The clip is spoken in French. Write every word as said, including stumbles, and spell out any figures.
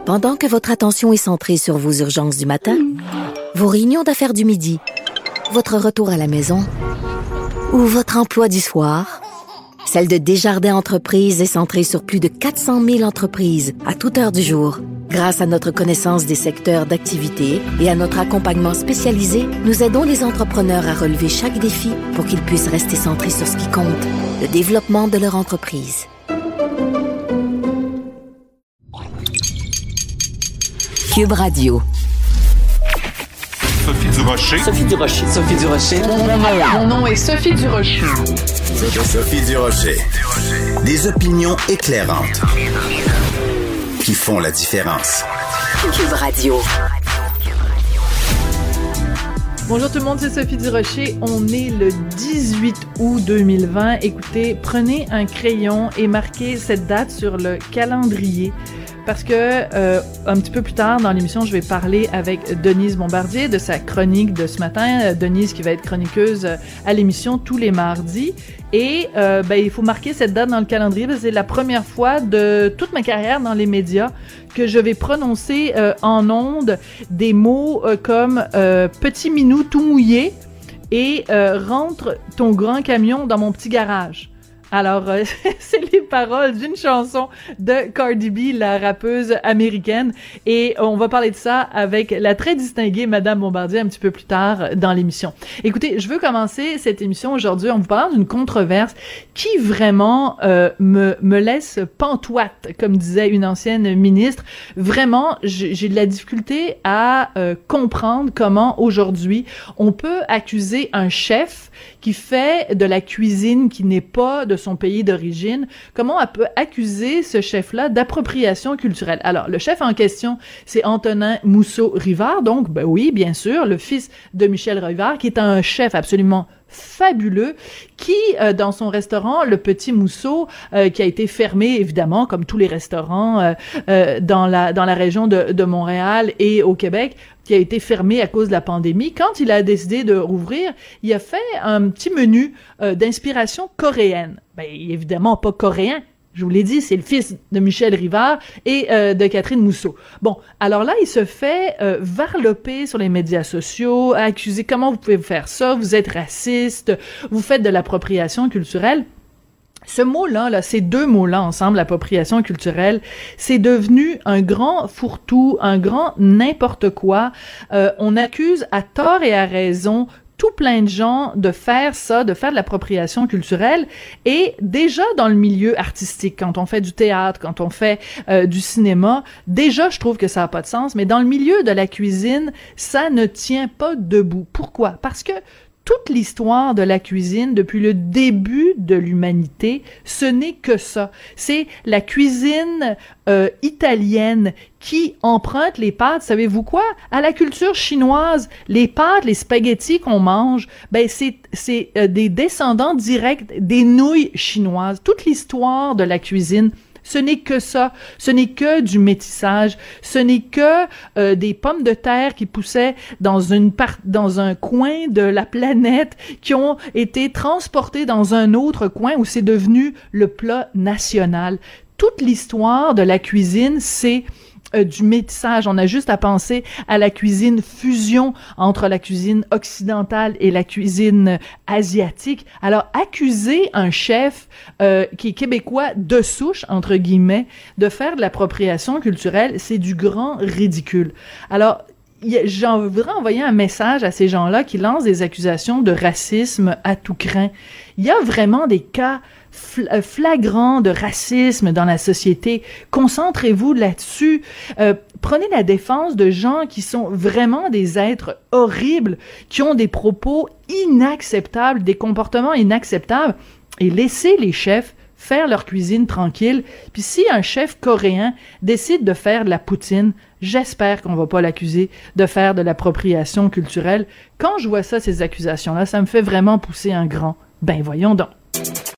Pendant que votre attention est centrée sur vos urgences du matin, vos réunions d'affaires du midi, votre retour à la maison ou votre emploi du soir, celle de Desjardins Entreprises est centrée sur plus de quatre cent mille entreprises à toute heure du jour. Grâce à notre connaissance des secteurs d'activité et à notre accompagnement spécialisé, nous aidons les entrepreneurs à relever chaque défi pour qu'ils puissent rester centrés sur ce qui compte, le développement de leur entreprise. Cube Radio. Sophie Durocher. Sophie Durocher. Sophie Durocher. Mon nom est Sophie Durocher. Sophie Durocher. Des opinions éclairantes qui font la différence. Cube Radio. Bonjour tout le monde, c'est Sophie Durocher. On est le dix-huit août deux mille vingt. Écoutez, prenez un crayon et marquez cette date sur le calendrier. Parce que euh, un petit peu plus tard dans l'émission, je vais parler avec Denise Bombardier de sa chronique de ce matin. Denise qui va être chroniqueuse à l'émission tous les mardis. Et euh, ben, il faut marquer cette date dans le calendrier parce que c'est la première fois de toute ma carrière dans les médias que je vais prononcer euh, en ondes des mots euh, comme euh, « petit minou tout mouillé » et euh, « rentre ton grand camion dans mon petit garage ». Alors, euh, c'est les paroles d'une chanson de Cardi B, la rappeuse américaine, et on va parler de ça avec la très distinguée Madame Bombardier un petit peu plus tard dans l'émission. Écoutez, je veux commencer cette émission aujourd'hui en vous parlant d'une controverse qui vraiment euh, me me laisse pantoite, comme disait une ancienne ministre. Vraiment, j'ai, j'ai de la difficulté à euh, comprendre comment aujourd'hui on peut accuser un chef qui fait de la cuisine qui n'est pas de son pays d'origine, comment on peut accuser ce chef-là d'appropriation culturelle? Alors, le chef en question, c'est Antonin Mousseau-Rivard, donc, ben oui, bien sûr, le fils de Michel Rivard, qui est un chef absolument fabuleux, qui, euh, dans son restaurant, le Petit Mousseau, euh, qui a été fermé, évidemment, comme tous les restaurants euh, euh, dans la dans la région de, de Montréal et au Québec, qui a été fermé à cause de la pandémie. Quand il a décidé de rouvrir, il a fait un petit menu euh, d'inspiration coréenne. Ben, évidemment pas coréen. Je vous l'ai dit, c'est le fils de Michel Rivard et euh, de Catherine Mousseau. Bon, alors là, il se fait euh, varloper sur les médias sociaux, accuser, comment vous pouvez faire ça, vous êtes raciste, vous faites de l'appropriation culturelle. Ce mot-là, là, ces deux mots-là ensemble, l'appropriation culturelle, c'est devenu un grand fourre-tout, un grand n'importe quoi. Euh, on accuse à tort et à raison tout plein de gens de faire ça, de faire de l'appropriation culturelle. Et déjà dans le milieu artistique, quand on fait du théâtre, quand on fait euh, du cinéma, déjà je trouve que ça n'a pas de sens, mais dans le milieu de la cuisine, ça ne tient pas debout. Pourquoi? Parce que toute l'histoire de la cuisine, depuis le début de l'humanité, ce n'est que ça. C'est la cuisine euh, italienne qui emprunte les pâtes, savez-vous quoi? À la culture chinoise, les pâtes, les spaghettis qu'on mange, ben c'est c'est euh, des descendants directs des nouilles chinoises. Toute l'histoire de la cuisine, ce n'est que ça. Ce n'est que du métissage. Ce n'est que euh, des pommes de terre qui poussaient dans une part, dans un coin de la planète, qui ont été transportées dans un autre coin où c'est devenu le plat national. Toute l'histoire de la cuisine, c'est Euh, du métissage. On a juste à penser à la cuisine fusion entre la cuisine occidentale et la cuisine asiatique. Alors, accuser un chef euh, qui est québécois de souche, entre guillemets, de faire de l'appropriation culturelle, c'est du grand ridicule. Alors, j'en voudrais envoyer un message à ces gens-là qui lancent des accusations de racisme à tout crin. Il y a vraiment des cas flagrant de racisme dans la société. Concentrez-vous là-dessus. Euh, prenez la défense de gens qui sont vraiment des êtres horribles, qui ont des propos inacceptables, des comportements inacceptables, et laissez les chefs faire leur cuisine tranquille. Puis si un chef coréen décide de faire de la poutine, j'espère qu'on va pas l'accuser de faire de l'appropriation culturelle. Quand je vois ça, ces accusations-là, ça me fait vraiment pousser un grand. Ben voyons donc.